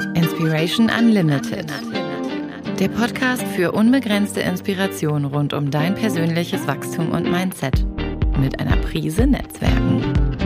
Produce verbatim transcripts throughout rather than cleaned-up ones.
Inspiration Unlimited. Der Podcast für unbegrenzte Inspiration rund um dein persönliches Wachstum und Mindset. Mit einer Prise Netzwerken.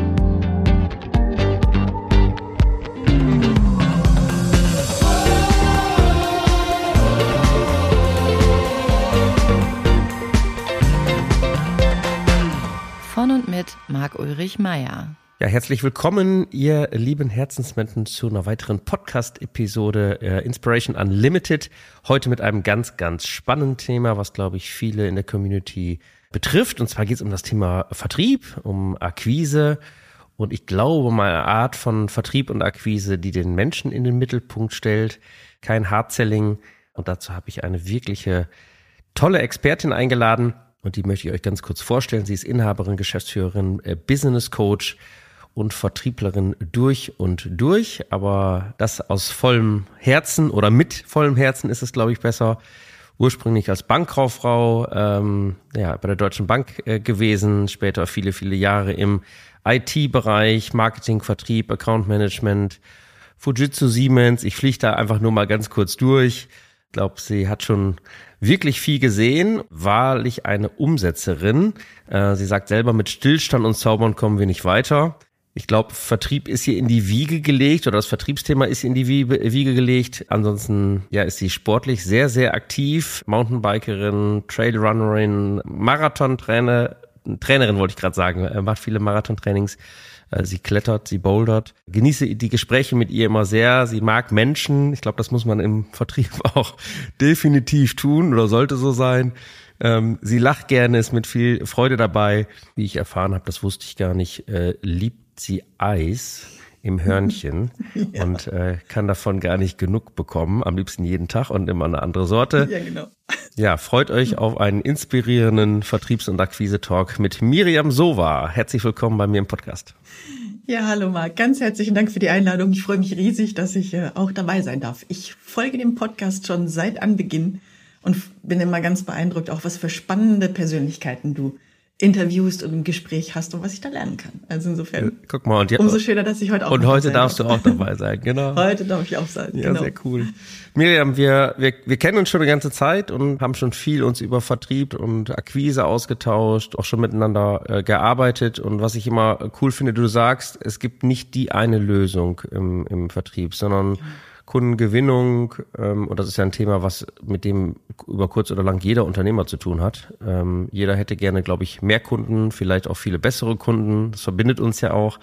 Von und mit Marc-Ulrich Meyer. Ja, herzlich willkommen, ihr lieben Herzensmenschen, zu einer weiteren Podcast-Episode äh, Inspiration Unlimited. Heute mit einem ganz, ganz spannenden Thema, was, glaube ich, viele in der Community betrifft. Und zwar geht es um das Thema Vertrieb, um Akquise. Und ich glaube, mal eine Art von Vertrieb und Akquise, die den Menschen in den Mittelpunkt stellt. Kein Hard-Selling. Und dazu habe ich eine wirkliche tolle Expertin eingeladen. Und die möchte ich euch ganz kurz vorstellen. Sie ist Inhaberin, Geschäftsführerin, äh, Business Coach und Vertrieblerin durch und durch, aber das aus vollem Herzen oder mit vollem Herzen ist es, glaube ich, besser. Ursprünglich als Bankkauffrau, ähm, ja, bei der Deutschen Bank äh, gewesen, später viele, viele Jahre im I T-Bereich, Marketing, Vertrieb, Account Management, Fujitsu, Siemens. Ich fliege da einfach nur mal ganz kurz durch. Ich glaube, sie hat schon wirklich viel gesehen, wahrlich eine Umsetzerin. Äh, sie sagt selber, mit Stillstand und Zaubern kommen wir nicht weiter. Ich glaube, Vertrieb ist hier in die Wiege gelegt oder das Vertriebsthema ist in die Wiege gelegt. Ansonsten ja, ist sie sportlich sehr, sehr aktiv. Mountainbikerin, Trailrunnerin, Marathontrainer, Trainerin wollte ich gerade sagen, macht viele Marathontrainings. Sie klettert, sie bouldert. Genieße die Gespräche mit ihr immer sehr. Sie mag Menschen. Ich glaube, das muss man im Vertrieb auch definitiv tun oder sollte so sein. Ähm, sie lacht gerne, ist mit viel Freude dabei. Wie ich erfahren habe, das wusste ich gar nicht, äh, liebt sie Eis im Hörnchen ja. und äh, kann davon gar nicht genug bekommen. Am liebsten jeden Tag und immer eine andere Sorte. Ja, genau. Ja, freut euch auf einen inspirierenden Vertriebs- und Akquise-Talk mit Miriam Sova. Herzlich willkommen bei mir im Podcast. Ja, hallo Marc. Ganz herzlichen Dank für die Einladung. Ich freue mich riesig, dass ich äh, auch dabei sein darf. Ich folge dem Podcast schon seit Anbeginn und bin immer ganz beeindruckt, auch was für spannende Persönlichkeiten du interviewst und im Gespräch hast und was ich da lernen kann. Also insofern, ja, guck mal, und ja, umso schöner, dass ich heute auch Und heute sein darfst darf. du auch dabei sein, genau. Heute darf ich auch sein, Ja, genau. Sehr cool. Miriam, wir, wir, wir kennen uns schon eine ganze Zeit und haben schon viel uns über Vertrieb und Akquise ausgetauscht, auch schon miteinander äh, gearbeitet. Und was ich immer cool finde, du sagst, es gibt nicht die eine Lösung im, im Vertrieb, sondern ja. Kundengewinnung, ähm, und das ist ja ein Thema, was mit dem über kurz oder lang jeder Unternehmer zu tun hat. Ähm, jeder hätte gerne, glaube ich, mehr Kunden, vielleicht auch viele bessere Kunden. Das verbindet uns ja auch.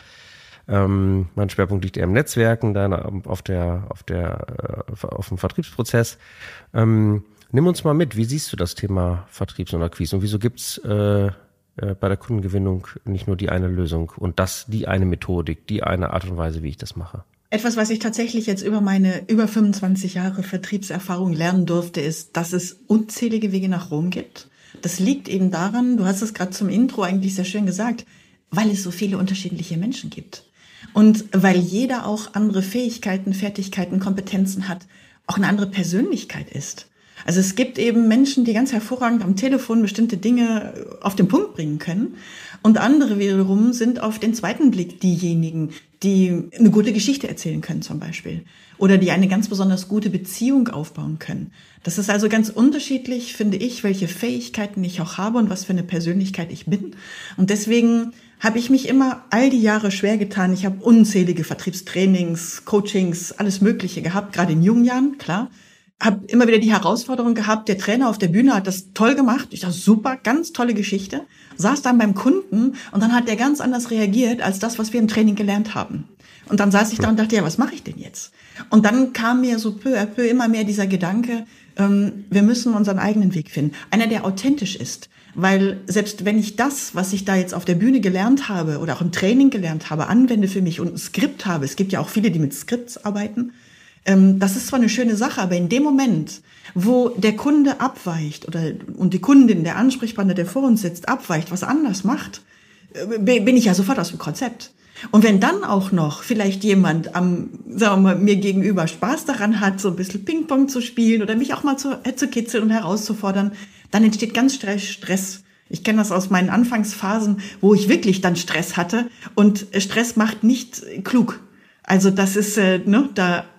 Ähm, mein Schwerpunkt liegt eher im Netzwerken, dann auf der, auf der, äh, auf dem Vertriebsprozess. Ähm, nimm uns mal mit. Wie siehst du das Thema Vertriebs- und Akquise? Und wieso gibt's äh, äh, bei der Kundengewinnung nicht nur die eine Lösung und das die eine Methodik, die eine Art und Weise, wie ich das mache? Etwas, was ich tatsächlich jetzt über meine über fünfundzwanzig Jahre Vertriebserfahrung lernen durfte, ist, dass es unzählige Wege nach Rom gibt. Das liegt eben daran, du hast es gerade zum Intro eigentlich sehr schön gesagt, weil es so viele unterschiedliche Menschen gibt. Und weil jeder auch andere Fähigkeiten, Fertigkeiten, Kompetenzen hat, auch eine andere Persönlichkeit ist. Also es gibt eben Menschen, die ganz hervorragend am Telefon bestimmte Dinge auf den Punkt bringen können. Und andere wiederum sind auf den zweiten Blick diejenigen, die eine gute Geschichte erzählen können zum Beispiel. Oder die eine ganz besonders gute Beziehung aufbauen können. Das ist also ganz unterschiedlich, finde ich, welche Fähigkeiten ich auch habe und was für eine Persönlichkeit ich bin. Und deswegen habe ich mich immer all die Jahre schwer getan. Ich habe unzählige Vertriebstrainings, Coachings, alles Mögliche gehabt, gerade in jungen Jahren, klar. Habe immer wieder die Herausforderung gehabt, der Trainer auf der Bühne hat das toll gemacht. Ich dachte, super, ganz tolle Geschichte. Saß dann beim Kunden und dann hat der ganz anders reagiert als das, was wir im Training gelernt haben. Und dann saß ich da und dachte, ja, was mache ich denn jetzt? Und dann kam mir so peu à peu immer mehr dieser Gedanke, ähm, wir müssen unseren eigenen Weg finden. Einer, der authentisch ist. Weil selbst wenn ich das, was ich da jetzt auf der Bühne gelernt habe oder auch im Training gelernt habe, anwende für mich und ein Skript habe, es gibt ja auch viele, die mit Skripts arbeiten, ähm, das ist zwar eine schöne Sache, aber in dem Moment, wo der Kunde abweicht oder und die Kundin, der Ansprechpartner, der vor uns sitzt, abweicht, was anders macht, äh, bin ich ja sofort aus dem Konzept. Und wenn dann auch noch vielleicht jemand am, sagen wir mal, mir gegenüber Spaß daran hat, so ein bisschen Ping-Pong zu spielen oder mich auch mal zu, äh, zu kitzeln und herauszufordern, dann entsteht ganz Stress. Ich kenne das aus meinen Anfangsphasen, wo ich wirklich dann Stress hatte. Und Stress macht nicht klug. Also das ist, äh, ne, da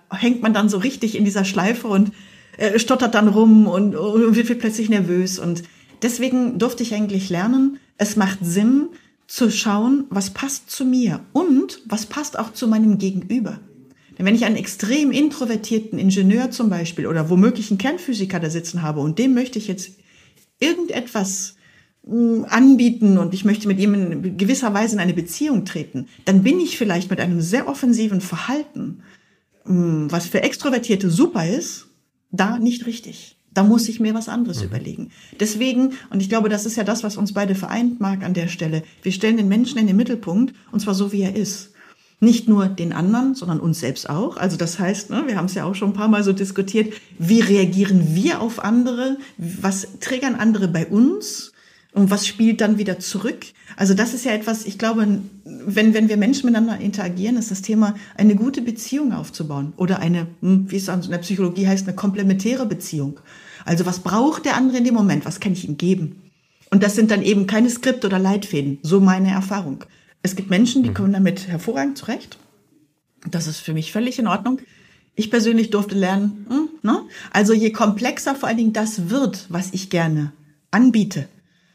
hängt man dann so richtig in dieser Schleife und äh, stottert dann rum und, und wird plötzlich nervös. Und deswegen durfte ich eigentlich lernen, es macht Sinn zu schauen, was passt zu mir und was passt auch zu meinem Gegenüber. Denn wenn ich einen extrem introvertierten Ingenieur zum Beispiel oder womöglich einen Kernphysiker da sitzen habe und dem möchte ich jetzt irgendetwas mh, anbieten und ich möchte mit ihm in gewisser Weise in eine Beziehung treten, dann bin ich vielleicht mit einem sehr offensiven Verhalten, mh, was für Extrovertierte super ist, da nicht richtig. Da muss ich mir was anderes mhm. überlegen. Deswegen, und ich glaube, das ist ja das, was uns beide vereint, Marc, an der Stelle, wir stellen den Menschen in den Mittelpunkt, und zwar so, wie er ist. Nicht nur den anderen, sondern uns selbst auch. Also das heißt, ne, wir haben es ja auch schon ein paar Mal so diskutiert, wie reagieren wir auf andere, was triggern andere bei uns und was spielt dann wieder zurück. Also das ist ja etwas, ich glaube, wenn wenn wir Menschen miteinander interagieren, ist das Thema, eine gute Beziehung aufzubauen oder eine, wie es in der Psychologie heißt, eine komplementäre Beziehung. Also was braucht der andere in dem Moment, was kann ich ihm geben? Und das sind dann eben keine Skripte oder Leitfäden, so meine Erfahrung. Es gibt Menschen, die kommen damit hervorragend zurecht. Das ist für mich völlig in Ordnung. Ich persönlich durfte lernen, hm, ne? Also je komplexer vor allen Dingen das wird, was ich gerne anbiete.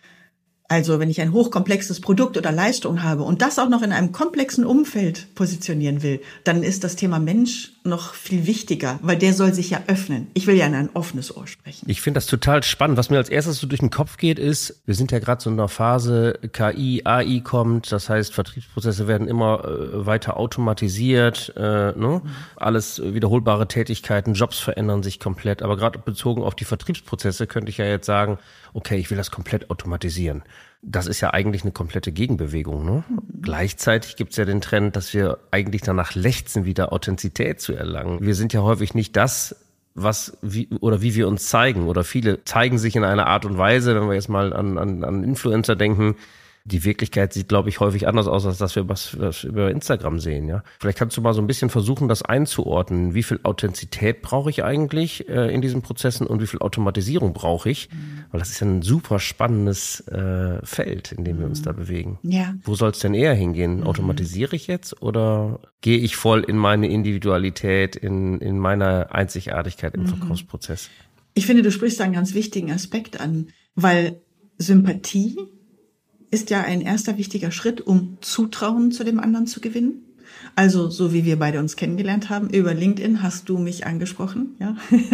Also wenn ich ein hochkomplexes Produkt oder Leistung habe und das auch noch in einem komplexen Umfeld positionieren will, dann ist das Thema Mensch noch viel wichtiger, weil der soll sich ja öffnen. Ich will ja in ein offenes Ohr sprechen. Ich finde das total spannend. Was mir als erstes so durch den Kopf geht, ist, wir sind ja gerade so in einer Phase, K I, A I kommt, das heißt, Vertriebsprozesse werden immer äh, weiter automatisiert, äh, ne? Mhm. Alles wiederholbare Tätigkeiten, Jobs verändern sich komplett. Aber gerade bezogen auf die Vertriebsprozesse könnte ich ja jetzt sagen, okay, ich will das komplett automatisieren. Das ist ja eigentlich eine komplette Gegenbewegung, ne? Mhm. Gleichzeitig gibt's ja den Trend, dass wir eigentlich danach lechzen, wieder Authentizität zu erlangen. Wir sind ja häufig nicht das, was wie oder wie wir uns zeigen. Oder viele zeigen sich in einer Art und Weise, wenn wir jetzt mal an, an, an Influencer denken. Die Wirklichkeit sieht, glaube ich, häufig anders aus, als das wir was, was wir über Instagram sehen, ja. Vielleicht kannst du mal so ein bisschen versuchen, das einzuordnen. Wie viel Authentizität brauche ich eigentlich äh, in diesen Prozessen und wie viel Automatisierung brauche ich? Mhm. Weil das ist ja ein super spannendes äh, Feld, in dem mhm. wir uns da bewegen. Ja. Wo soll es denn eher hingehen? Mhm. Automatisiere ich jetzt oder gehe ich voll in meine Individualität, in, in meine Einzigartigkeit im mhm. Verkaufsprozess? Ich finde, du sprichst da einen ganz wichtigen Aspekt an, weil Sympathie ist ja ein erster wichtiger Schritt, um Zutrauen zu dem anderen zu gewinnen. Also, so wie wir beide uns kennengelernt haben, über LinkedIn hast du mich angesprochen, ja.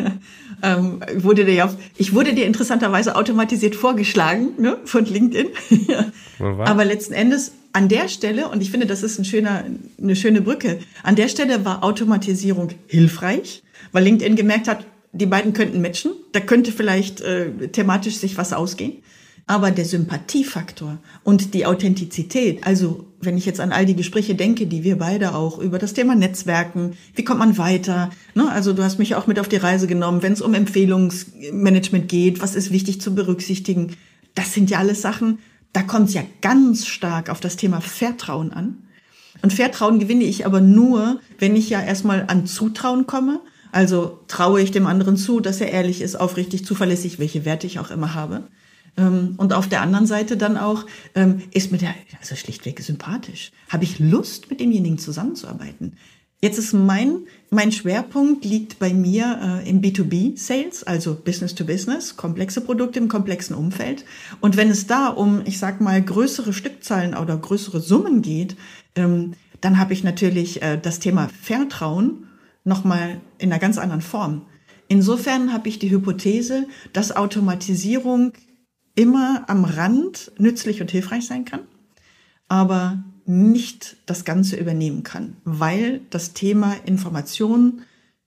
ähm, wurde dir ja, ich wurde dir interessanterweise automatisiert vorgeschlagen, ne, von LinkedIn. Aber letzten Endes an der Stelle, und ich finde, das ist ein schöner, eine schöne Brücke, an der Stelle war Automatisierung hilfreich, weil LinkedIn gemerkt hat, die beiden könnten matchen, da könnte vielleicht äh, thematisch sich was ausgehen. Aber der Sympathiefaktor und die Authentizität, also wenn ich jetzt an all die Gespräche denke, die wir beide auch über das Thema Netzwerken, wie kommt man weiter, ne? Also du hast mich auch mit auf die Reise genommen, wenn es um Empfehlungsmanagement geht, was ist wichtig zu berücksichtigen, das sind ja alles Sachen, da kommt es ja ganz stark auf das Thema Vertrauen an. Und Vertrauen gewinne ich aber nur, wenn ich ja erstmal an Zutrauen komme, also traue ich dem anderen zu, dass er ehrlich ist, aufrichtig, zuverlässig, welche Werte ich auch immer habe. Und auf der anderen Seite dann auch, ist mir der, also schlichtweg sympathisch. Habe ich Lust, mit demjenigen zusammenzuarbeiten? Jetzt ist mein, mein Schwerpunkt liegt bei mir äh, im B zwei B Sales, also Business to Business, komplexe Produkte im komplexen Umfeld. Und wenn es da um, ich sag mal, größere Stückzahlen oder größere Summen geht, ähm, dann habe ich natürlich äh, das Thema Vertrauen nochmal in einer ganz anderen Form. Insofern habe ich die Hypothese, dass Automatisierung immer am Rand nützlich und hilfreich sein kann, aber nicht das Ganze übernehmen kann, weil das Thema Information,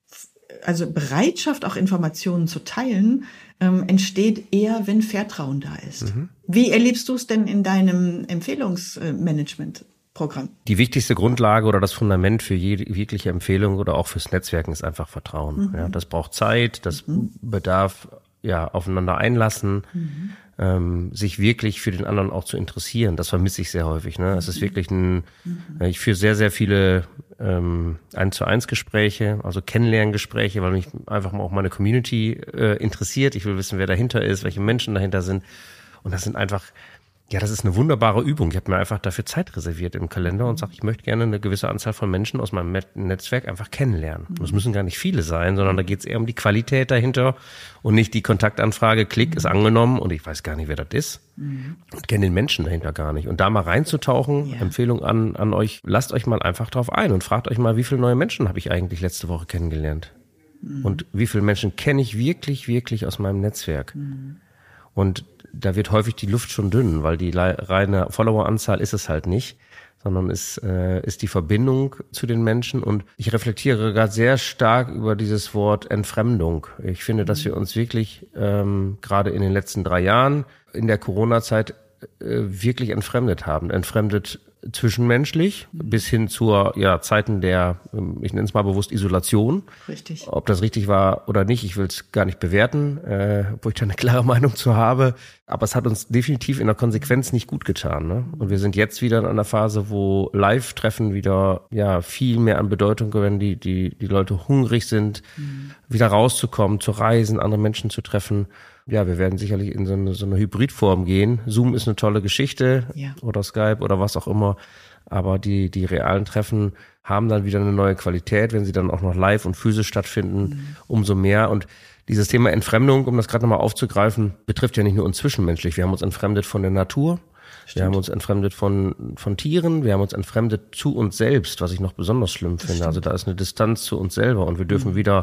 also Bereitschaft, auch Informationen zu teilen, ähm, entsteht eher, wenn Vertrauen da ist. Mhm. Wie erlebst du es denn in deinem Empfehlungsmanagement-Programm? Die wichtigste Grundlage oder das Fundament für jede jegliche Empfehlung oder auch fürs Netzwerken ist einfach Vertrauen. Mhm. Ja, das braucht Zeit, das mhm. bedarf ja aufeinander einlassen. Mhm. Ähm, sich wirklich für den anderen auch zu interessieren. Das vermisse ich sehr häufig. Ne? Es ist wirklich ein, mhm. ich führe sehr, sehr viele ähm, eins zu eins Gespräche, also Kennenlerngespräche, weil mich einfach mal auch meine Community äh, interessiert. Ich will wissen, wer dahinter ist, welche Menschen dahinter sind. Und das sind einfach Ja, das ist eine wunderbare Übung. Ich habe mir einfach dafür Zeit reserviert im Kalender und sage, ich möchte gerne eine gewisse Anzahl von Menschen aus meinem Netzwerk einfach kennenlernen. Das müssen gar nicht viele sein, sondern da geht es eher um die Qualität dahinter und nicht die Kontaktanfrage, Klick, ist angenommen und ich weiß gar nicht, wer das ist mhm. und kenne den Menschen dahinter gar nicht. Und da mal reinzutauchen, ja. Empfehlung an, an euch, lasst euch mal einfach drauf ein und fragt euch mal, wie viele neue Menschen habe ich eigentlich letzte Woche kennengelernt? Mhm. Und wie viele Menschen kenne ich wirklich, wirklich aus meinem Netzwerk? Mhm. Und da wird häufig die Luft schon dünn, weil die reine Followeranzahl ist es halt nicht, sondern ist, äh, ist die Verbindung zu den Menschen. Und ich reflektiere gerade sehr stark über dieses Wort Entfremdung. Ich finde, dass wir uns wirklich ähm, gerade in den letzten drei Jahren in der Corona-Zeit äh, wirklich entfremdet haben. Entfremdet zwischenmenschlich bis hin zur ja Zeiten der, ich nenne es mal bewusst, Isolation. Richtig. Ob das richtig war oder nicht, ich will es gar nicht bewerten, äh, obwohl ich da eine klare Meinung zu habe. Aber es hat uns definitiv in der Konsequenz nicht gut getan. Ne? Und wir sind jetzt wieder in einer Phase, wo Live-Treffen wieder ja viel mehr an Bedeutung gewinnen, die die die Leute hungrig sind, mhm. wieder rauszukommen, zu reisen, andere Menschen zu treffen. Ja, wir werden sicherlich in so eine, so eine Hybridform gehen. Zoom ist eine tolle Geschichte ja. oder Skype oder was auch immer. Aber die die realen Treffen haben dann wieder eine neue Qualität, wenn sie dann auch noch live und physisch stattfinden, mhm. umso mehr. Und dieses Thema Entfremdung, um das gerade nochmal aufzugreifen, betrifft ja nicht nur uns zwischenmenschlich. Wir haben uns entfremdet von der Natur. Stimmt. Wir haben uns entfremdet von von Tieren. Wir haben uns entfremdet zu uns selbst, was ich noch besonders schlimm das finde. Stimmt. Also da ist eine Distanz zu uns selber und wir dürfen mhm. wieder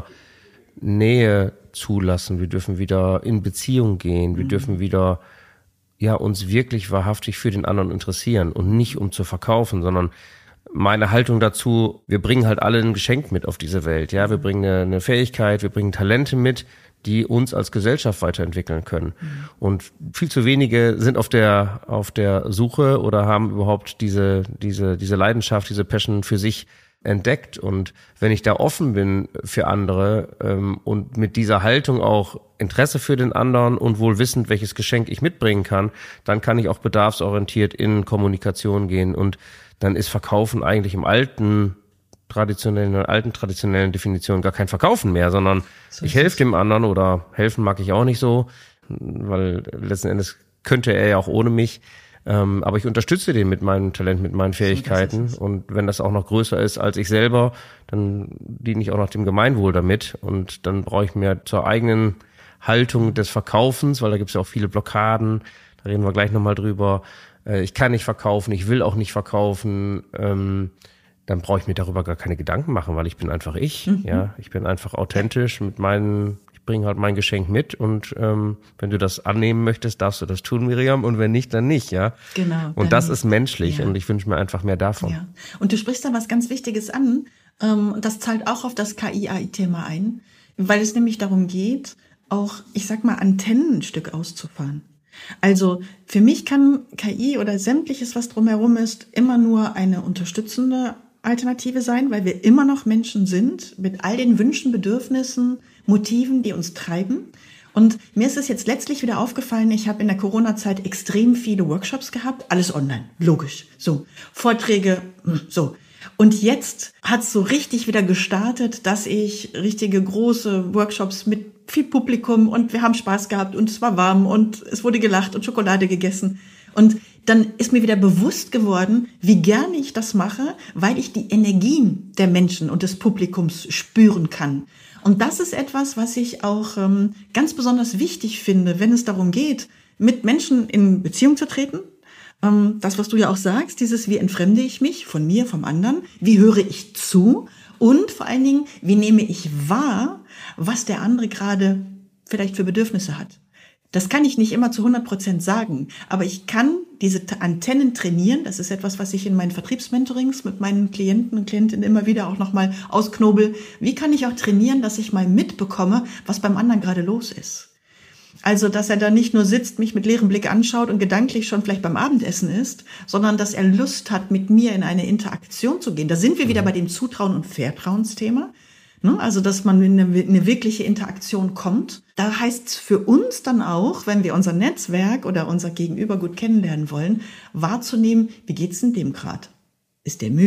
Nähe zulassen, wir dürfen wieder in Beziehung gehen, wir mhm. dürfen wieder ja uns wirklich wahrhaftig für den anderen interessieren und nicht um zu verkaufen, sondern meine Haltung dazu, wir bringen halt alle ein Geschenk mit auf diese Welt, ja, wir bringen eine, eine Fähigkeit, wir bringen Talente mit, die uns als Gesellschaft weiterentwickeln können. Mhm. Und viel zu wenige sind auf der auf der Suche oder haben überhaupt diese diese diese Leidenschaft, diese Passion für sich entdeckt. Und wenn ich da offen bin für andere ähm, und mit dieser Haltung auch Interesse für den anderen und wohl wissend, welches Geschenk ich mitbringen kann, dann kann ich auch bedarfsorientiert in Kommunikation gehen. Und dann ist Verkaufen eigentlich im alten traditionellen, alten traditionellen Definition gar kein Verkaufen mehr, sondern so ich helfe dem anderen oder helfen mag ich auch nicht so, weil letzten Endes könnte er ja auch ohne mich. Ähm, aber ich unterstütze den mit meinem Talent, mit meinen Fähigkeiten. So, und wenn das auch noch größer ist als ich selber, dann diene ich auch noch dem Gemeinwohl damit. Und dann brauche ich mir zur eigenen Haltung des Verkaufens, weil da gibt es ja auch viele Blockaden, da reden wir gleich nochmal drüber. Äh, ich kann nicht verkaufen, ich will auch nicht verkaufen. Ähm, dann brauche ich mir darüber gar keine Gedanken machen, weil ich bin einfach ich. Mhm. Ja, ich bin einfach authentisch mit meinen, ich bringe halt mein Geschenk mit und ähm, wenn du das annehmen möchtest, darfst du das tun, Miriam, und wenn nicht, dann nicht, ja. Genau. Und das ist menschlich, ja. Und ich wünsche mir einfach mehr davon. Ja. Und du sprichst da was ganz Wichtiges an, ähm, und das zahlt auch auf das K I A I-Thema ein, weil es nämlich darum geht, auch, ich sag mal, Antennen ein Stück auszufahren. Also für mich kann K I oder sämtliches, was drumherum ist, immer nur eine unterstützende Alternative sein, weil wir immer noch Menschen sind mit all den Wünschen, Bedürfnissen, Motiven, die uns treiben. Und mir ist es jetzt letztlich wieder aufgefallen, ich habe in der Corona-Zeit extrem viele Workshops gehabt, alles online, logisch, so, Vorträge, so. Und jetzt hat es so richtig wieder gestartet, dass ich richtige große Workshops mit viel Publikum und wir haben Spaß gehabt und es war warm und es wurde gelacht und Schokolade gegessen. Und dann ist mir wieder bewusst geworden, wie gerne ich das mache, weil ich die Energien der Menschen und des Publikums spüren kann. Und das ist etwas, was ich auch ähm, ganz besonders wichtig finde, wenn es darum geht, mit Menschen in Beziehung zu treten. Ähm, das, was du ja auch sagst, dieses, wie entfremde ich mich von mir, vom anderen, wie höre ich zu und vor allen Dingen, wie nehme ich wahr, was der andere gerade vielleicht für Bedürfnisse hat. Das kann ich nicht immer zu hundert Prozent sagen, aber ich kann diese Antennen trainieren. Das ist etwas, was ich in meinen Vertriebsmentorings mit meinen Klienten und Klientinnen immer wieder auch nochmal ausknobel. Wie kann ich auch trainieren, dass ich mal mitbekomme, was beim anderen gerade los ist? Also, dass er da nicht nur sitzt, mich mit leerem Blick anschaut und gedanklich schon vielleicht beim Abendessen ist, sondern dass er Lust hat, mit mir in eine Interaktion zu gehen. Da sind wir wieder bei dem Zutrauen- und Vertrauensthema. Also, dass man in eine, in eine wirkliche Interaktion kommt. Da heißt es für uns dann auch, wenn wir unser Netzwerk oder unser Gegenüber gut kennenlernen wollen, wahrzunehmen, wie geht's denn dem gerade? Ist der müde?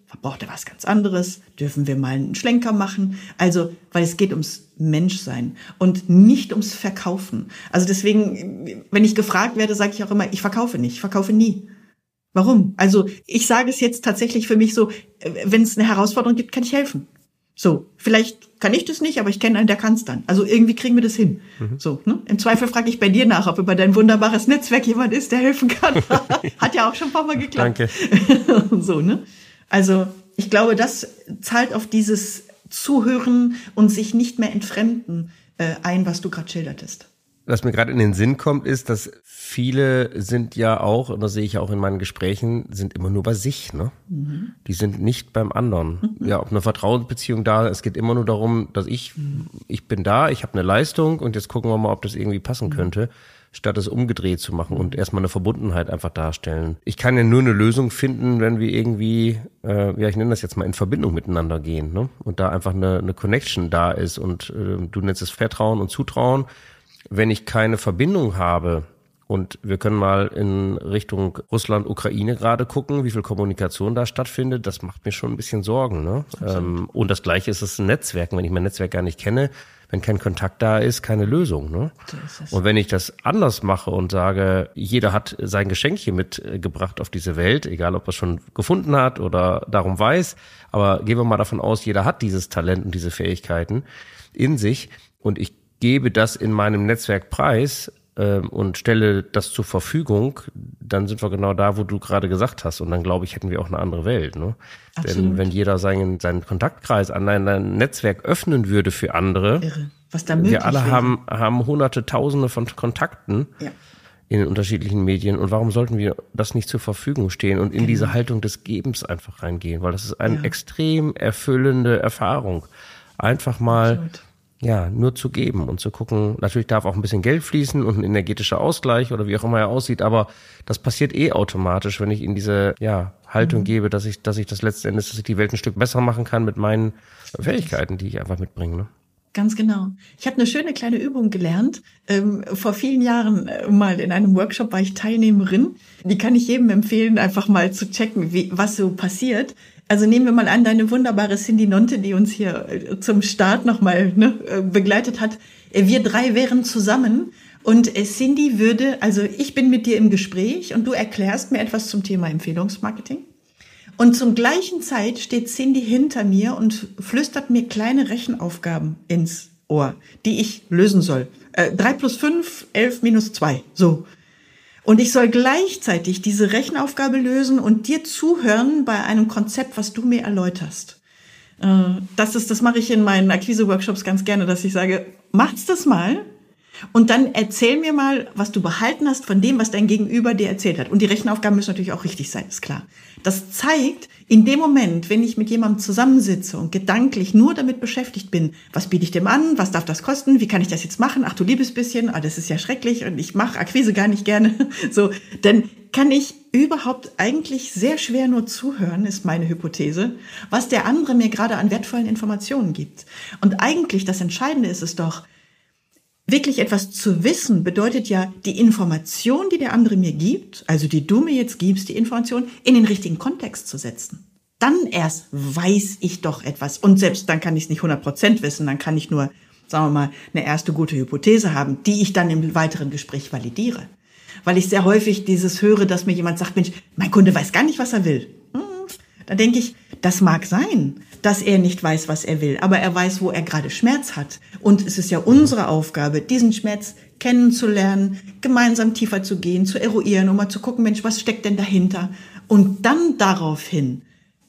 Braucht er was ganz anderes? Dürfen wir mal einen Schlenker machen? Also, weil es geht ums Menschsein und nicht ums Verkaufen. Also deswegen, wenn ich gefragt werde, sage ich auch immer, ich verkaufe nicht, ich verkaufe nie. Warum? Also ich sage es jetzt tatsächlich für mich so, wenn es eine Herausforderung gibt, kann ich helfen. So, vielleicht kann ich das nicht, aber ich kenne einen, der kann es dann. Also irgendwie kriegen wir das hin. Mhm. So, ne? Im Zweifel frage ich bei dir nach, ob über dein wunderbares Netzwerk jemand ist, der helfen kann. Hat ja auch schon ein paar Mal geklappt. Danke. So, ne? Also ich glaube, das zahlt auf dieses Zuhören und sich nicht mehr entfremden äh, ein, was du gerade schildertest. Was mir gerade in den Sinn kommt, ist, dass viele sind ja auch, und das sehe ich auch in meinen Gesprächen, sind immer nur bei sich, ne? Mhm. Die sind nicht beim anderen. Mhm. Ja, ob eine Vertrauensbeziehung da, es geht immer nur darum, dass ich, mhm. ich bin da, ich habe eine Leistung und jetzt gucken wir mal, ob das irgendwie passen mhm. könnte, statt es umgedreht zu machen und erstmal eine Verbundenheit einfach darstellen. Ich kann ja nur eine Lösung finden, wenn wir irgendwie, äh, ja, ich nenne das jetzt mal, in Verbindung miteinander gehen, ne? Und da einfach eine, eine Connection da ist und äh, du nennst es Vertrauen und Zutrauen. Wenn ich keine Verbindung habe, und wir können mal in Richtung Russland, Ukraine gerade gucken, wie viel Kommunikation da stattfindet, das macht mir schon ein bisschen Sorgen, ne? Ähm, und das Gleiche ist es in Netzwerken, wenn ich mein Netzwerk gar nicht kenne, wenn kein Kontakt da ist, keine Lösung, ne? So ist es. Und wenn ich das anders mache und sage, jeder hat sein Geschenkchen mitgebracht auf diese Welt, egal ob er es schon gefunden hat oder darum weiß, aber gehen wir mal davon aus, jeder hat dieses Talent und diese Fähigkeiten in sich und ich gebe das in meinem Netzwerk preis äh, und stelle das zur Verfügung, dann sind wir genau da, wo du gerade gesagt hast. Und dann, glaube ich, hätten wir auch eine andere Welt. Ne? Denn wenn jeder seinen, seinen Kontaktkreis an ein, ein Netzwerk öffnen würde für andere, irre, was da möglich wir alle wäre. haben, haben hunderte, tausende von Kontakten ja. in den unterschiedlichen Medien. Und warum sollten wir das nicht zur Verfügung stehen und in genau. diese Haltung des Gebens einfach reingehen? Weil das ist eine ja. extrem erfüllende Erfahrung. Einfach mal... Absolut. Ja, nur zu geben und zu gucken, natürlich darf auch ein bisschen Geld fließen und ein energetischer Ausgleich oder wie auch immer er aussieht, aber das passiert eh automatisch, wenn ich in diese ja, Haltung mhm. gebe, dass ich, dass ich das letzten Endes, dass ich die Welt ein Stück besser machen kann mit meinen Fähigkeiten, die ich einfach mitbringe. Ne? Ganz genau. Ich habe eine schöne kleine Übung gelernt. Ähm, vor vielen Jahren äh, mal in einem Workshop war ich Teilnehmerin. Die kann ich jedem empfehlen, einfach mal zu checken, wie, was so passiert. Also nehmen wir mal an, deine wunderbare Cindy Nonte, die uns hier äh, zum Start nochmal ne, äh, begleitet hat. Äh, wir drei wären zusammen und äh, Cindy würde, also ich bin mit dir im Gespräch und du erklärst mir etwas zum Thema Empfehlungsmarketing. Und zum gleichen Zeit steht Cindy hinter mir und flüstert mir kleine Rechenaufgaben ins Ohr, die ich lösen soll. Äh, drei plus fünf, elf minus zwei, so. Und ich soll gleichzeitig diese Rechenaufgabe lösen und dir zuhören bei einem Konzept, was du mir erläuterst. Äh, das ist, das mache ich in meinen Akquise-Workshops ganz gerne, dass ich sage, macht's das mal. Und dann erzähl mir mal, was du behalten hast von dem, was dein Gegenüber dir erzählt hat. Und die Rechenaufgaben müssen natürlich auch richtig sein, ist klar. Das zeigt, in dem Moment, wenn ich mit jemandem zusammensitze und gedanklich nur damit beschäftigt bin, was biete ich dem an, was darf das kosten, wie kann ich das jetzt machen, ach du liebes bisschen, ah, das ist ja schrecklich und ich mache Akquise gar nicht gerne, so, dann kann ich überhaupt eigentlich sehr schwer nur zuhören, ist meine Hypothese, was der andere mir gerade an wertvollen Informationen gibt. Und eigentlich das Entscheidende ist es doch, wirklich etwas zu wissen bedeutet ja, die Information, die der andere mir gibt, also die du mir jetzt gibst, die Information, in den richtigen Kontext zu setzen. Dann erst weiß ich doch etwas. Und selbst dann kann ich es nicht hundert Prozent wissen, dann kann ich nur, sagen wir mal, eine erste gute Hypothese haben, die ich dann im weiteren Gespräch validiere. Weil ich sehr häufig dieses höre, dass mir jemand sagt, Mensch, mein Kunde weiß gar nicht, was er will. Hm, dann denke ich, das mag sein, dass er nicht weiß, was er will, aber er weiß, wo er gerade Schmerz hat. Und es ist ja unsere Aufgabe, diesen Schmerz kennenzulernen, gemeinsam tiefer zu gehen, zu eruieren, um mal zu gucken, Mensch, was steckt denn dahinter? Und dann daraufhin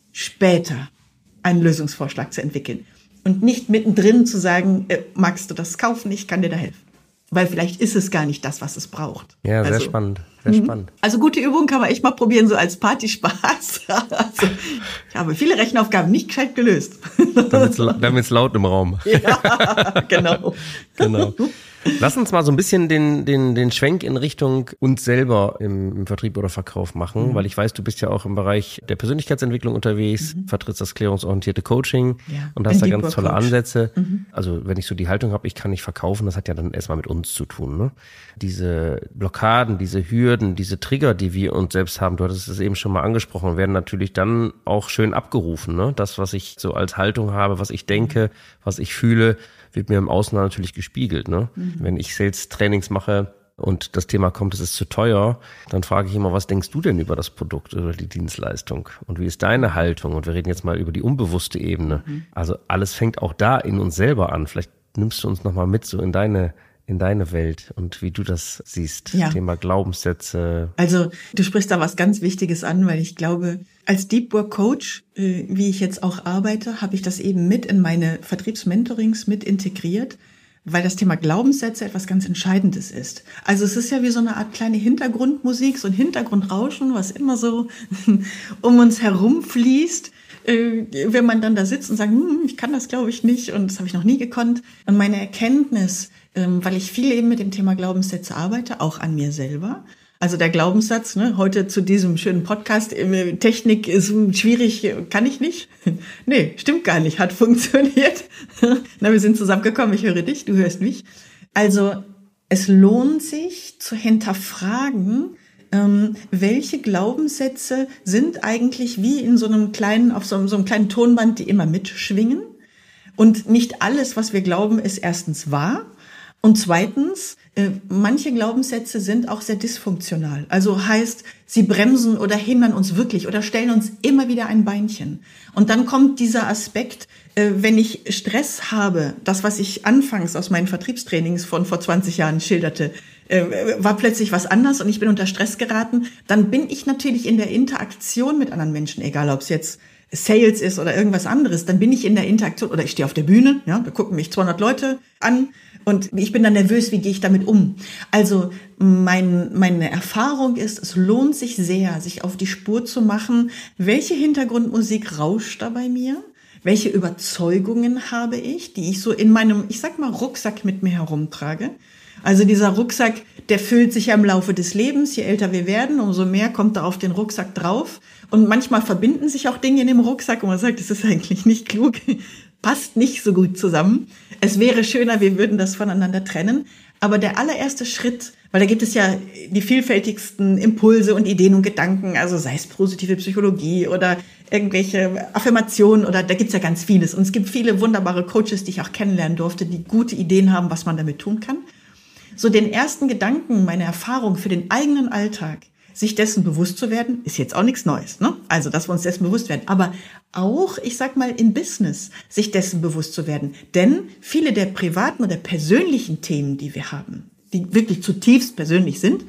später einen Lösungsvorschlag zu entwickeln. Und nicht mittendrin zu sagen, äh, magst du das kaufen, ich kann dir da helfen. Weil vielleicht ist es gar nicht das, was es braucht. Ja, sehr also, spannend, sehr mh. spannend. Also gute Übung kann man echt mal probieren, so als Partyspaß. Also, ich habe viele Rechenaufgaben nicht gescheit gelöst. Damit es laut im Raum. Ja, genau. Genau. Lass uns mal so ein bisschen den den den Schwenk in Richtung uns selber im, im Vertrieb oder Verkauf machen, mhm. weil ich weiß, du bist ja auch im Bereich der Persönlichkeitsentwicklung unterwegs, mhm. vertrittst das klärungsorientierte Coaching ja. und hast da ganz tolle Coach. Ansätze. Mhm. Also wenn ich so die Haltung habe, ich kann nicht verkaufen, das hat ja dann erstmal mit uns zu tun. Ne? Diese Blockaden, diese Hürden, Hürden, diese Trigger, die wir uns selbst haben, du hattest es eben schon mal angesprochen, werden natürlich dann auch schön abgerufen. Ne? Das, was ich so als Haltung habe, was ich denke, was ich fühle, wird mir im Außen natürlich gespiegelt. Ne? Mhm. Wenn ich Sales-Trainings mache und das Thema kommt, es ist zu teuer, dann frage ich immer, was denkst du denn über das Produkt, über die Dienstleistung? Und wie ist deine Haltung? Und wir reden jetzt mal über die unbewusste Ebene. Mhm. Also alles fängt auch da in uns selber an. Vielleicht nimmst du uns nochmal mit so in deine in deine Welt und wie du das siehst. Ja. Thema Glaubenssätze. Also du sprichst da was ganz Wichtiges an, weil ich glaube, als Deep Work Coach, äh, wie ich jetzt auch arbeite, habe ich das eben mit in meine Vertriebsmentorings mit integriert, weil das Thema Glaubenssätze etwas ganz Entscheidendes ist. Also es ist ja wie so eine Art kleine Hintergrundmusik, so ein Hintergrundrauschen, was immer so um uns herum fließt. Wenn man dann da sitzt und sagt, hm, ich kann das glaube ich nicht und das habe ich noch nie gekonnt. Und meine Erkenntnis, weil ich viel eben mit dem Thema Glaubenssätze arbeite, auch an mir selber. Also der Glaubenssatz, ne, heute zu diesem schönen Podcast, Technik ist schwierig, kann ich nicht. Nee, stimmt gar nicht, hat funktioniert. Na, wir sind zusammengekommen, ich höre dich, du hörst mich. Also es lohnt sich zu hinterfragen, ähm, welche Glaubenssätze sind eigentlich wie in so einem kleinen, auf so, so einem kleinen Tonband, die immer mitschwingen. Und nicht alles, was wir glauben, ist erstens wahr. Und zweitens, äh, manche Glaubenssätze sind auch sehr dysfunktional. Also heißt, sie bremsen oder hindern uns wirklich oder stellen uns immer wieder ein Beinchen. Und dann kommt dieser Aspekt, äh, wenn ich Stress habe, das, was ich anfangs aus meinen Vertriebstrainings von vor zwanzig Jahren schilderte, äh, war plötzlich was anders und ich bin unter Stress geraten, dann bin ich natürlich in der Interaktion mit anderen Menschen, egal ob es jetzt Sales ist oder irgendwas anderes, dann bin ich in der Interaktion oder ich stehe auf der Bühne, ja, da gucken mich zweihundert Leute an und ich bin dann nervös, wie gehe ich damit um? Also mein, meine Erfahrung ist, es lohnt sich sehr, sich auf die Spur zu machen, welche Hintergrundmusik rauscht da bei mir, welche Überzeugungen habe ich, die ich so in meinem, ich sag mal, Rucksack mit mir herumtrage. Also dieser Rucksack, der füllt sich ja im Laufe des Lebens. Je älter wir werden, umso mehr kommt da auf den Rucksack drauf. Und manchmal verbinden sich auch Dinge in dem Rucksack und man sagt, das ist eigentlich nicht klug, passt nicht so gut zusammen. Es wäre schöner, wir würden das voneinander trennen. Aber der allererste Schritt, weil da gibt es ja die vielfältigsten Impulse und Ideen und Gedanken, also sei es positive Psychologie oder irgendwelche Affirmationen oder da gibt's ja ganz vieles. Und es gibt viele wunderbare Coaches, die ich auch kennenlernen durfte, die gute Ideen haben, was man damit tun kann. So den ersten Gedanken, meine Erfahrung für den eigenen Alltag, sich dessen bewusst zu werden, ist jetzt auch nichts Neues, ne? Also, dass wir uns dessen bewusst werden. Aber auch, ich sag mal, im Business, sich dessen bewusst zu werden. Denn viele der privaten oder persönlichen Themen, die wir haben, die wirklich zutiefst persönlich sind,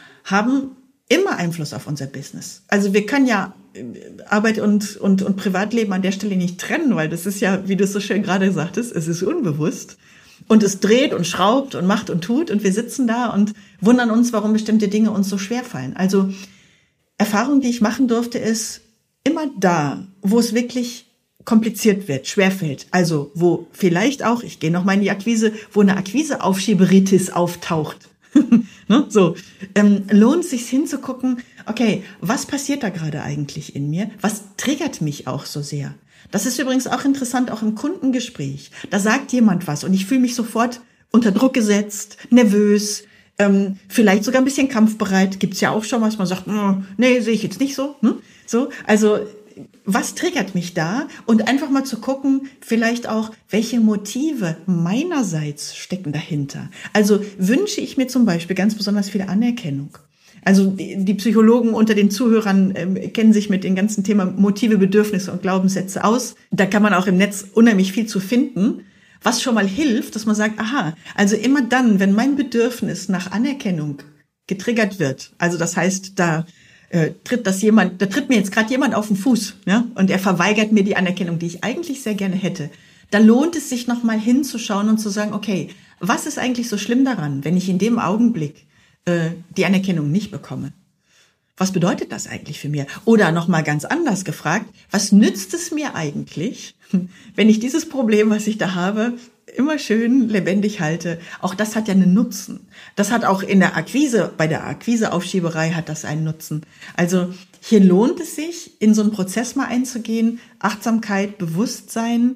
haben immer Einfluss auf unser Business. Also, wir können ja Arbeit und, und, und Privatleben an der Stelle nicht trennen, weil das ist ja, wie du es so schön gerade sagtest, es ist unbewusst. Und es dreht und schraubt und macht und tut und wir sitzen da und wundern uns, warum bestimmte Dinge uns so schwer fallen. Also Erfahrung, die ich machen durfte, ist immer da, wo es wirklich kompliziert wird, schwerfällt. Also wo vielleicht auch, ich gehe nochmal in die Akquise, wo eine Akquise-Aufschieberitis auftaucht. Ne? So ähm, lohnt es sich hinzugucken, okay, was passiert da gerade eigentlich in mir? Was triggert mich auch so sehr? Das ist übrigens auch interessant, auch im Kundengespräch. Da sagt jemand was und ich fühle mich sofort unter Druck gesetzt, nervös, ähm, vielleicht sogar ein bisschen kampfbereit. Gibt's ja auch schon was, man sagt, oh, nee, sehe ich jetzt nicht so. Hm? So, also was triggert mich da? Und einfach mal zu gucken, vielleicht auch, welche Motive meinerseits stecken dahinter. Also wünsche ich mir zum Beispiel ganz besonders viel Anerkennung. Also die, die Psychologen unter den Zuhörern äh, kennen sich mit dem ganzen Thema Motive, Bedürfnisse und Glaubenssätze aus. Da kann man auch im Netz unheimlich viel zu finden, was schon mal hilft, dass man sagt, aha, also immer dann, wenn mein Bedürfnis nach Anerkennung getriggert wird, also das heißt, da äh, tritt das jemand, da tritt mir jetzt gerade jemand auf den Fuß, ja, und er verweigert mir die Anerkennung, die ich eigentlich sehr gerne hätte, da lohnt es sich nochmal hinzuschauen und zu sagen, okay, was ist eigentlich so schlimm daran, wenn ich in dem Augenblick die Anerkennung nicht bekomme. Was bedeutet das eigentlich für mich? Oder nochmal ganz anders gefragt, was nützt es mir eigentlich, wenn ich dieses Problem, was ich da habe, immer schön lebendig halte? Auch das hat ja einen Nutzen. Das hat auch in der Akquise, bei der Akquiseaufschieberei hat das einen Nutzen. Also hier lohnt es sich, in so einen Prozess mal einzugehen, Achtsamkeit, Bewusstsein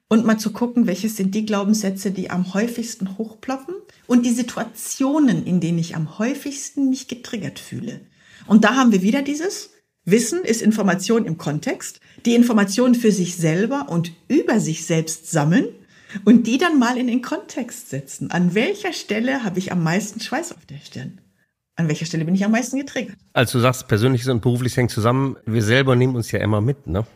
und mal zu gucken, welches sind die Glaubenssätze, die am häufigsten hochploppen und die Situationen, in denen ich am häufigsten mich getriggert fühle. Und da haben wir wieder dieses Wissen ist Information im Kontext, die Information für sich selber und über sich selbst sammeln und die dann mal in den Kontext setzen. An welcher Stelle habe ich am meisten Schweiß auf der Stirn? An welcher Stelle bin ich am meisten getriggert? Also du sagst, Persönliches und Berufliches hängt zusammen. Wir selber nehmen uns ja immer mit, ne?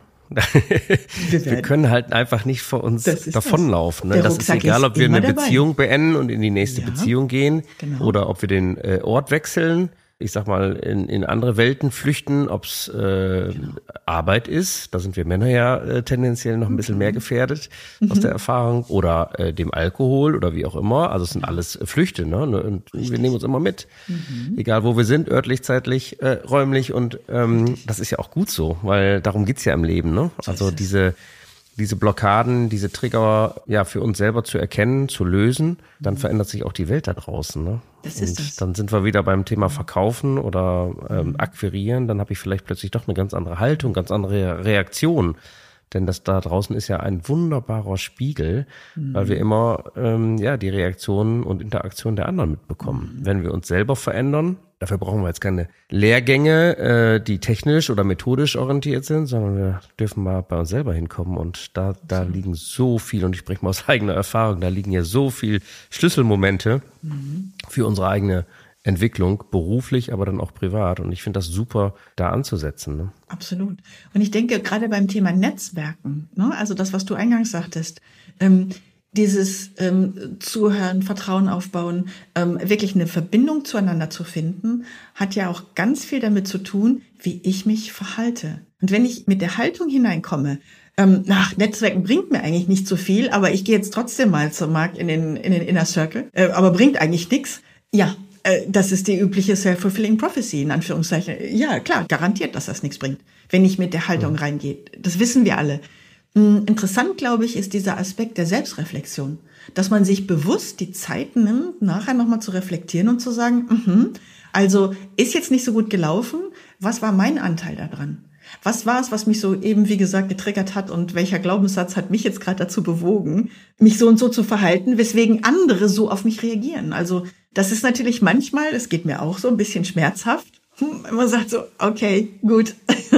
Wir, wir können halt einfach nicht vor uns davonlaufen. Ne? Das ist egal, ob wir eine dabei. Beziehung beenden und in die nächste ja, Beziehung gehen genau. oder ob wir den äh, Ort wechseln. Ich sag mal, in, in andere Welten flüchten, ob es äh, genau. Arbeit ist, da sind wir Männer ja äh, tendenziell noch ein bisschen mehr gefährdet mhm. aus der Erfahrung, oder äh, dem Alkohol oder wie auch immer. Also es sind alles Flüchte, ne? Und Richtig. Wir nehmen uns immer mit, mhm. egal wo wir sind, örtlich, zeitlich, äh, räumlich, und ähm, das ist ja auch gut so, weil darum geht's ja im Leben, ne? Also diese diese Blockaden, diese Trigger ja für uns selber zu erkennen, zu lösen, dann verändert sich auch die Welt da draußen. Ne? Das ist und das. Dann sind wir wieder beim Thema Verkaufen oder ähm, Akquirieren. Dann habe ich vielleicht plötzlich doch eine ganz andere Haltung, ganz andere Reaktion. Denn das da draußen ist ja ein wunderbarer Spiegel, mhm. weil wir immer ähm, ja die Reaktionen und Interaktionen der anderen mitbekommen. Mhm. Wenn wir uns selber verändern, dafür brauchen wir jetzt keine Lehrgänge, äh, die technisch oder methodisch orientiert sind, sondern wir dürfen mal bei uns selber hinkommen. Und da da liegen so viel, und ich spreche mal aus eigener Erfahrung, da liegen ja so viel Schlüsselmomente mhm. für unsere eigene Entwicklung, beruflich, aber dann auch privat. Und ich finde das super, da anzusetzen. Ne? Absolut. Und ich denke, gerade beim Thema Netzwerken, ne, also das, was du eingangs sagtest, ähm, dieses ähm, Zuhören, Vertrauen aufbauen, ähm, wirklich eine Verbindung zueinander zu finden, hat ja auch ganz viel damit zu tun, wie ich mich verhalte. Und wenn ich mit der Haltung hineinkomme, ähm, ach, Netzwerken bringt mir eigentlich nicht so viel, aber ich gehe jetzt trotzdem mal zum Markt in den, in den Inner Circle, äh, aber bringt eigentlich nichts, ja, das ist die übliche Self-Fulfilling Prophecy, in Anführungszeichen. Ja, klar, garantiert, dass das nichts bringt, wenn ich mit der Haltung ja. reingehe. Das wissen wir alle. Interessant, glaube ich, ist dieser Aspekt der Selbstreflexion. Dass man sich bewusst die Zeit nimmt, nachher nochmal zu reflektieren und zu sagen, mm-hmm, also ist jetzt nicht so gut gelaufen, was war mein Anteil daran? Was war es, was mich so eben, wie gesagt, getriggert hat, und welcher Glaubenssatz hat mich jetzt gerade dazu bewogen, mich so und so zu verhalten, weswegen andere so auf mich reagieren? Also das ist natürlich manchmal, es geht mir auch so ein bisschen schmerzhaft, wenn man sagt so, okay, gut,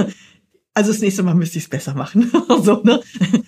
also das nächste Mal müsste ich es besser machen. so, ne?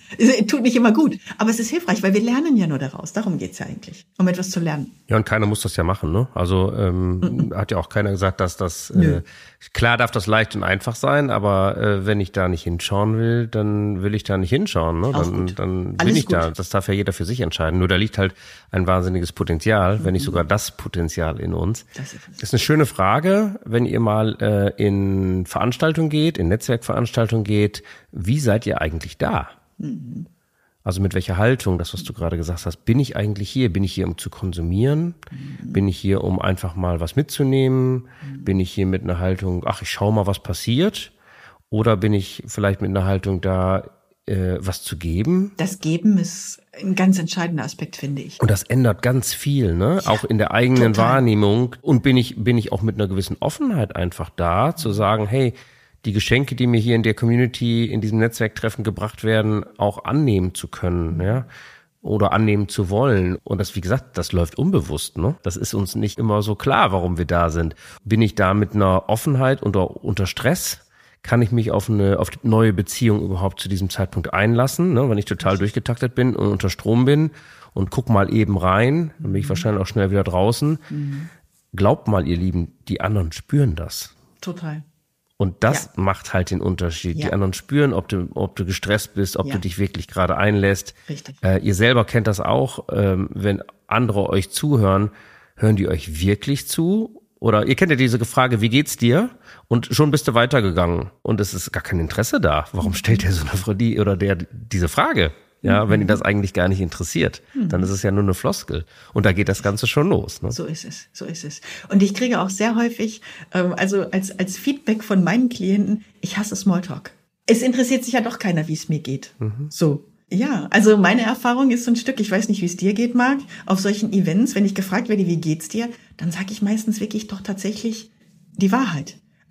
Tut nicht immer gut, aber es ist hilfreich, weil wir lernen ja nur daraus. Darum geht's ja eigentlich, um etwas zu lernen. Ja, und keiner muss das ja machen, ne? Also ähm, mhm. hat ja auch keiner gesagt, dass das äh, klar darf das leicht und einfach sein, aber äh, wenn ich da nicht hinschauen will, dann will ich da nicht hinschauen, ne? Dann, dann bin ich gut. da. Das darf ja jeder für sich entscheiden. Nur da liegt halt ein wahnsinniges Potenzial, mhm. wenn nicht sogar das Potenzial in uns. Das ist, das ist eine schöne Frage, wenn ihr mal äh, in Veranstaltungen geht, in Netzwerkveranstaltungen geht. Wie seid ihr eigentlich da? Mhm. Also mit welcher Haltung, das, was du gerade gesagt hast, bin ich eigentlich hier? Bin ich hier, um zu konsumieren? Mhm. Bin ich hier, um einfach mal was mitzunehmen? Mhm. Bin ich hier mit einer Haltung, ach, ich schau mal, was passiert? Oder bin ich vielleicht mit einer Haltung da, äh, was zu geben? Das Geben ist ein ganz entscheidender Aspekt, finde ich. Und das ändert ganz viel, ne? Ja, auch in der eigenen total. Wahrnehmung. Und bin ich, bin ich auch mit einer gewissen Offenheit einfach da, zu sagen, hey, die Geschenke, die mir hier in der Community, in diesem Netzwerktreffen gebracht werden, auch annehmen zu können, ja, oder annehmen zu wollen. Und das, wie gesagt, das läuft unbewusst, ne? Das ist uns nicht immer so klar, warum wir da sind. Bin ich da mit einer Offenheit unter, unter Stress? Kann ich mich auf eine, auf die neue Beziehung überhaupt zu diesem Zeitpunkt einlassen, ne? Wenn ich total durchgetaktet bin und unter Strom bin und guck mal eben rein, dann bin ich wahrscheinlich auch schnell wieder draußen. Mhm. Glaubt mal, ihr Lieben, die anderen spüren das. Total. Und das ja. macht halt den Unterschied. Ja. Die anderen spüren, ob du, ob du gestresst bist, ob ja. du dich wirklich gerade einlässt. Richtig. Äh, ihr selber kennt das auch. Ähm, wenn andere euch zuhören, hören die euch wirklich zu? Oder ihr kennt ja diese Frage, wie geht's dir? Und schon bist du weitergegangen. Und es ist gar kein Interesse da. Warum stellt der so eine Frau die oder der diese Frage? Ja, mhm. wenn ihn das eigentlich gar nicht interessiert, mhm. dann ist es ja nur eine Floskel. Und da geht das Ganze schon los. Ne? So ist es, so ist es. Und ich kriege auch sehr häufig, ähm, also als als Feedback von meinen Klienten, ich hasse Smalltalk. Es interessiert sich ja doch keiner, wie es mir geht. Mhm. So. Ja, also meine Erfahrung ist so ein Stück, ich weiß nicht, wie es dir geht, Marc, auf solchen Events, wenn ich gefragt werde, wie geht's dir, dann sage ich meistens wirklich doch tatsächlich die Wahrheit.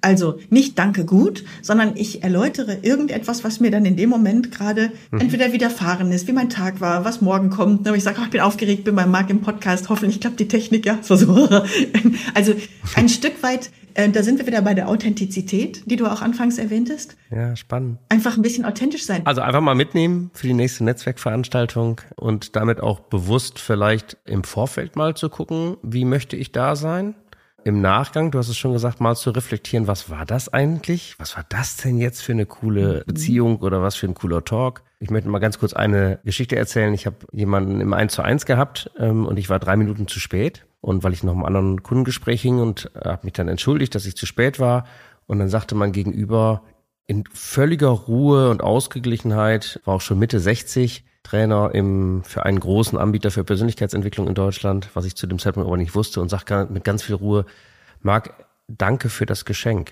Also nicht danke gut, sondern ich erläutere irgendetwas, was mir dann in dem Moment gerade mhm. entweder widerfahren ist, wie mein Tag war, was morgen kommt. Ich sage, oh, ich bin aufgeregt, bin beim Marc im Podcast, hoffentlich klappt die Technik, ja. Also ein Stück weit, äh, da sind wir wieder bei der Authentizität, die du auch anfangs erwähntest. Ja, spannend. Einfach ein bisschen authentisch sein. Also einfach mal mitnehmen für die nächste Netzwerkveranstaltung und damit auch bewusst vielleicht im Vorfeld mal zu gucken, wie möchte ich da sein? Im Nachgang, du hast es schon gesagt, mal zu reflektieren, was war das eigentlich? Was war das denn jetzt für eine coole Beziehung oder was für ein cooler Talk? Ich möchte mal ganz kurz eine Geschichte erzählen. Ich habe jemanden im eins zu eins gehabt ähm, und ich war drei Minuten zu spät. Und weil ich noch im anderen Kundengespräch hing und äh, habe mich dann entschuldigt, dass ich zu spät war. Und dann sagte mein Gegenüber in völliger Ruhe und Ausgeglichenheit, war auch schon Mitte sechzig, Trainer im, für einen großen Anbieter für Persönlichkeitsentwicklung in Deutschland, was ich zu dem Zeitpunkt aber nicht wusste, und sagt mit ganz viel Ruhe, Marc, danke für das Geschenk.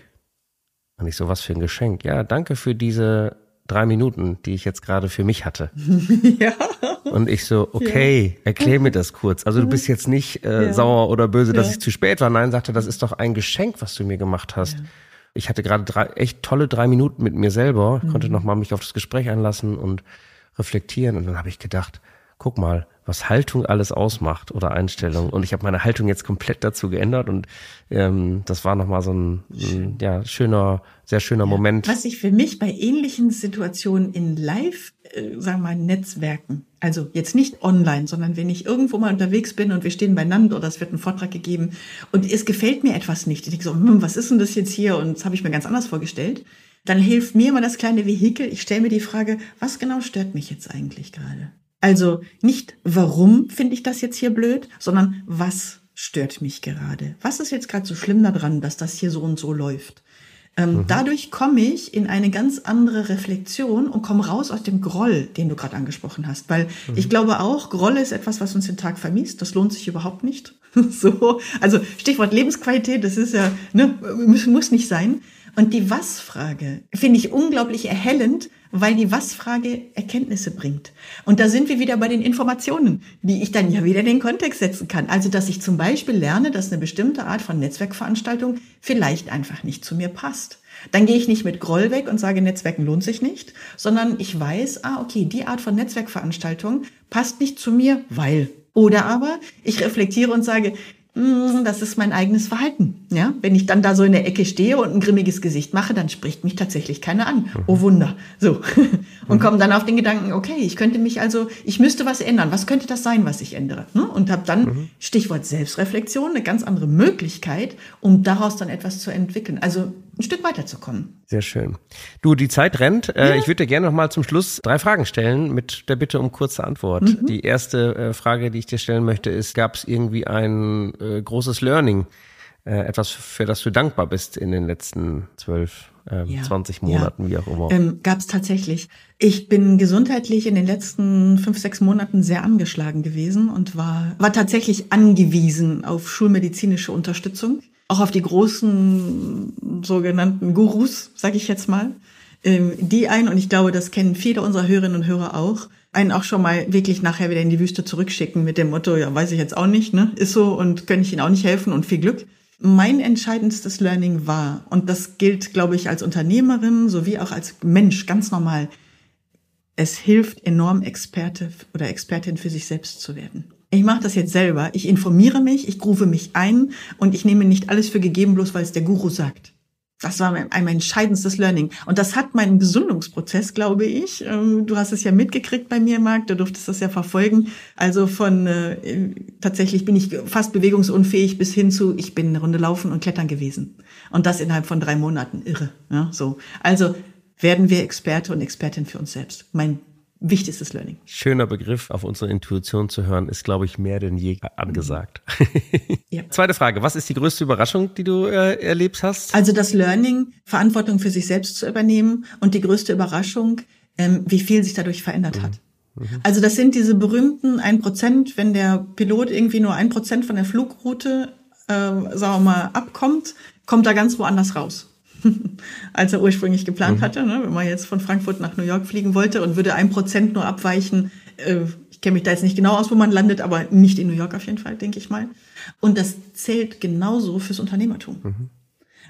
Und ich so, was für ein Geschenk? Ja, danke für diese drei Minuten, die ich jetzt gerade für mich hatte. Ja. Und ich so, okay, ja. Erklär mir das kurz. Also du bist jetzt nicht äh, ja. sauer oder böse, dass ja. ich zu spät war. Nein, sagte, das ist doch ein Geschenk, was du mir gemacht hast. Ja. Ich hatte gerade drei, echt tolle drei Minuten mit mir selber, mhm. konnte nochmal mich auf das Gespräch einlassen und reflektieren. Und dann habe ich gedacht, guck mal, was Haltung alles ausmacht oder Einstellung. Und ich habe meine Haltung jetzt komplett dazu geändert und ähm, das war nochmal so ein, ein ja, schöner, sehr schöner ja, Moment. Was ich für mich bei ähnlichen Situationen in Live, äh, sagen wir mal, Netzwerken, also jetzt nicht online, sondern wenn ich irgendwo mal unterwegs bin und wir stehen beieinander oder es wird ein Vortrag gegeben und es gefällt mir etwas nicht. Ich denke so, hm, was ist denn das jetzt hier? Und das habe ich mir ganz anders vorgestellt. Dann hilft mir immer das kleine Vehikel. Ich stelle mir die Frage, was genau stört mich jetzt eigentlich gerade? Also nicht, warum finde ich das jetzt hier blöd, sondern was stört mich gerade? Was ist jetzt gerade so schlimm daran, dass das hier so und so läuft? Ähm, mhm. Dadurch komme ich in eine ganz andere Reflexion und komme raus aus dem Groll, den du gerade angesprochen hast. Weil mhm. ich glaube auch, Groll ist etwas, was uns den Tag vermiest. Das lohnt sich überhaupt nicht. So, also Stichwort Lebensqualität, das ist ja, ne, muss, muss nicht sein. Und die Was-Frage finde ich unglaublich erhellend, weil die Was-Frage Erkenntnisse bringt. Und da sind wir wieder bei den Informationen, die ich dann ja wieder in den Kontext setzen kann. Also, dass ich zum Beispiel lerne, dass eine bestimmte Art von Netzwerkveranstaltung vielleicht einfach nicht zu mir passt. Dann gehe ich nicht mit Groll weg und sage, Netzwerken lohnt sich nicht, sondern ich weiß, ah, okay, die Art von Netzwerkveranstaltung passt nicht zu mir, weil. Oder aber ich reflektiere und sage, das ist mein eigenes Verhalten. Ja, wenn ich dann da so in der Ecke stehe und ein grimmiges Gesicht mache, dann spricht mich tatsächlich keiner an. Mhm. Oh Wunder. So. Und mhm. komme dann auf den Gedanken, okay, ich könnte mich also, ich müsste was ändern. Was könnte das sein, was ich ändere? Und habe dann, mhm. Stichwort Selbstreflexion, eine ganz andere Möglichkeit, um daraus dann etwas zu entwickeln. Also ein Stück weiterzukommen. Sehr schön. Du, die Zeit rennt. Ja. Ich würde dir gerne noch mal zum Schluss drei Fragen stellen mit der Bitte um kurze Antwort. Mhm. Die erste Frage, die ich dir stellen möchte, ist, gab es irgendwie ein äh, großes Learning, äh, etwas, für das du dankbar bist in den letzten zwölf, ähm, ja. zwanzig Monaten, ja. wie auch immer? Ähm, gab es tatsächlich. Ich bin gesundheitlich in den letzten fünf, sechs Monaten sehr angeschlagen gewesen und war, war tatsächlich angewiesen auf schulmedizinische Unterstützung. Auch auf die großen sogenannten Gurus, sage ich jetzt mal, ähm, die ein, und ich glaube, das kennen viele unserer Hörerinnen und Hörer auch, einen auch schon mal wirklich nachher wieder in die Wüste zurückschicken mit dem Motto, ja, weiß ich jetzt auch nicht, ne, ist so und kann ich Ihnen auch nicht helfen und viel Glück. Mein entscheidendstes Learning war, und das gilt, glaube ich, als Unternehmerin sowie auch als Mensch ganz normal, es hilft enorm, Experte oder Expertin für sich selbst zu werden. Ich mache das jetzt selber. Ich informiere mich, ich rufe mich ein und ich nehme nicht alles für gegeben, bloß weil es der Guru sagt. Das war mein, mein entscheidendstes Learning. Und das hat meinen Gesundungsprozess, glaube ich. Du hast es ja mitgekriegt bei mir, Marc, du durftest das ja verfolgen. Also von äh, tatsächlich bin ich fast bewegungsunfähig bis hin zu, ich bin eine Runde laufen und klettern gewesen. Und das innerhalb von drei Monaten. Irre. Ja, so. Also werden wir Experte und Expertin für uns selbst. Mein wichtigstes Learning. Schöner Begriff, auf unsere Intuition zu hören, ist, glaube ich, mehr denn je angesagt. Ja. Zweite Frage, was ist die größte Überraschung, die du äh, erlebt hast? Also das Learning, Verantwortung für sich selbst zu übernehmen, und die größte Überraschung, ähm, wie viel sich dadurch verändert mhm. hat. Mhm. Also das sind diese berühmten ein Prozent, wenn der Pilot irgendwie nur ein Prozent von der Flugroute, äh, sagen wir mal, abkommt, kommt er ganz woanders raus. Als er ursprünglich geplant mhm. hatte, ne, wenn man jetzt von Frankfurt nach New York fliegen wollte und würde ein Prozent nur abweichen. Äh, ich kenne mich da jetzt nicht genau aus, wo man landet, aber nicht in New York auf jeden Fall, denke ich mal. Und das zählt genauso fürs Unternehmertum. Mhm.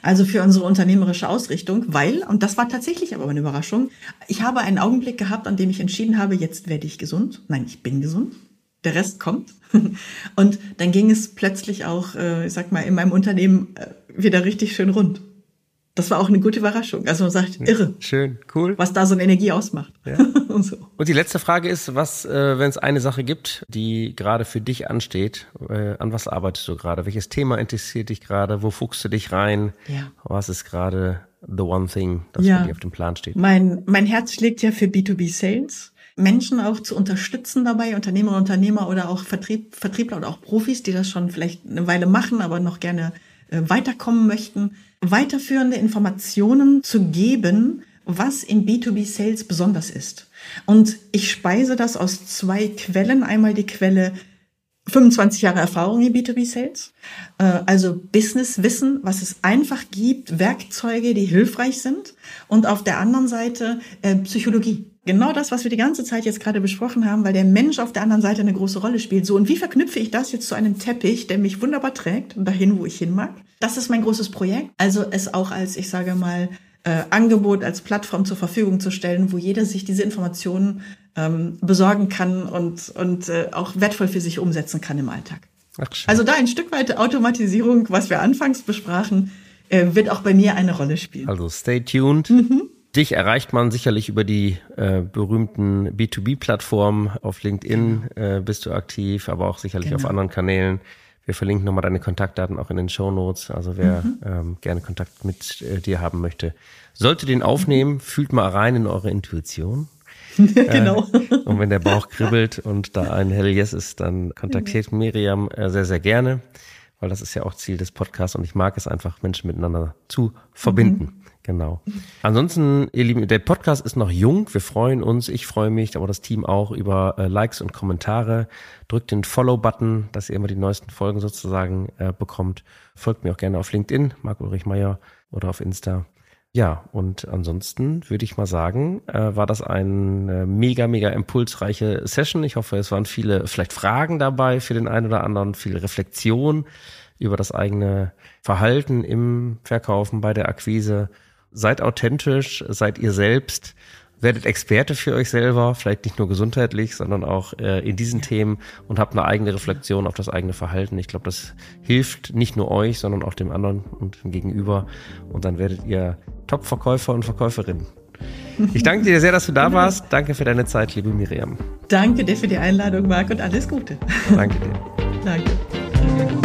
Also für unsere unternehmerische Ausrichtung, weil, und das war tatsächlich aber eine Überraschung, ich habe einen Augenblick gehabt, an dem ich entschieden habe, jetzt werde ich gesund. Nein, ich bin gesund. Der Rest kommt. Und dann ging es plötzlich auch, ich sag mal, in meinem Unternehmen wieder richtig schön rund. Das war auch eine gute Überraschung. Also man sagt, irre. Schön, cool. Was da so eine Energie ausmacht. Ja. Und, so. Und die letzte Frage ist, was, äh, wenn es eine Sache gibt, die gerade für dich ansteht, äh, an was arbeitest du gerade? Welches Thema interessiert dich gerade? Wo fuchst du dich rein? Ja. Was ist gerade the one thing, das ja. für dich auf dem Plan steht? Mein, mein Herz schlägt ja für B zwei B Sales. Menschen auch zu unterstützen dabei, Unternehmer, Unternehmer oder auch Vertrieb, Vertriebler oder auch Profis, die das schon vielleicht eine Weile machen, aber noch gerne äh, weiterkommen möchten, weiterführende Informationen zu geben, was in B zwei B Sales besonders ist. Und ich speise das aus zwei Quellen. Einmal die Quelle fünfundzwanzig Jahre Erfahrung in B zwei B Sales, äh, also Businesswissen, was es einfach gibt, Werkzeuge, die hilfreich sind. Und auf der anderen Seite äh, Psychologie. Genau das, was wir die ganze Zeit jetzt gerade besprochen haben, weil der Mensch auf der anderen Seite eine große Rolle spielt. So, und wie verknüpfe ich das jetzt zu einem Teppich, der mich wunderbar trägt und dahin, wo ich hin mag? Das ist mein großes Projekt. Also es auch als, ich sage mal, äh, Angebot, als Plattform zur Verfügung zu stellen, wo jeder sich diese Informationen ähm, besorgen kann und, und äh, auch wertvoll für sich umsetzen kann im Alltag. Ach, schön. Also da ein Stück weit Automatisierung, was wir anfangs besprachen, äh, wird auch bei mir eine Rolle spielen. Also stay tuned. Mhm. Dich erreicht man sicherlich über die äh, berühmten B zwei B Plattformen. Auf LinkedIn äh, bist du aktiv, aber auch sicherlich genau. auf anderen Kanälen. Wir verlinken nochmal deine Kontaktdaten auch in den Shownotes. Also wer mhm. ähm, gerne Kontakt mit äh, dir haben möchte, sollte den aufnehmen. Fühlt mal rein in eure Intuition. Genau. Äh, und wenn der Bauch kribbelt und da ein Hell Yes ist, dann kontaktiert Miriam äh, sehr, sehr gerne, weil das ist ja auch Ziel des Podcasts und ich mag es einfach, Menschen miteinander zu verbinden. Mhm. Genau. Ansonsten, ihr Lieben, der Podcast ist noch jung. Wir freuen uns, ich freue mich, aber das Team auch über äh, Likes und Kommentare. Drückt den Follow-Button, dass ihr immer die neuesten Folgen sozusagen äh, bekommt. Folgt mir auch gerne auf LinkedIn, Marc-Ulrich Meyer, oder auf Insta. Ja, und ansonsten würde ich mal sagen, äh, war das eine mega, mega impulsreiche Session. Ich hoffe, es waren viele vielleicht Fragen dabei für den einen oder anderen, viel Reflexion über das eigene Verhalten im Verkaufen, bei der Akquise. Seid authentisch, seid ihr selbst, werdet Experte für euch selber, vielleicht nicht nur gesundheitlich, sondern auch äh, in diesen ja. Themen und habt eine eigene Reflexion auf das eigene Verhalten. Ich glaube, das hilft nicht nur euch, sondern auch dem anderen und dem Gegenüber. Und dann werdet ihr Top-Verkäufer und Verkäuferinnen. Ich danke dir sehr, dass du da warst. Danke für deine Zeit, liebe Miriam. Danke dir für die Einladung, Marc, und alles Gute. Danke dir. Danke.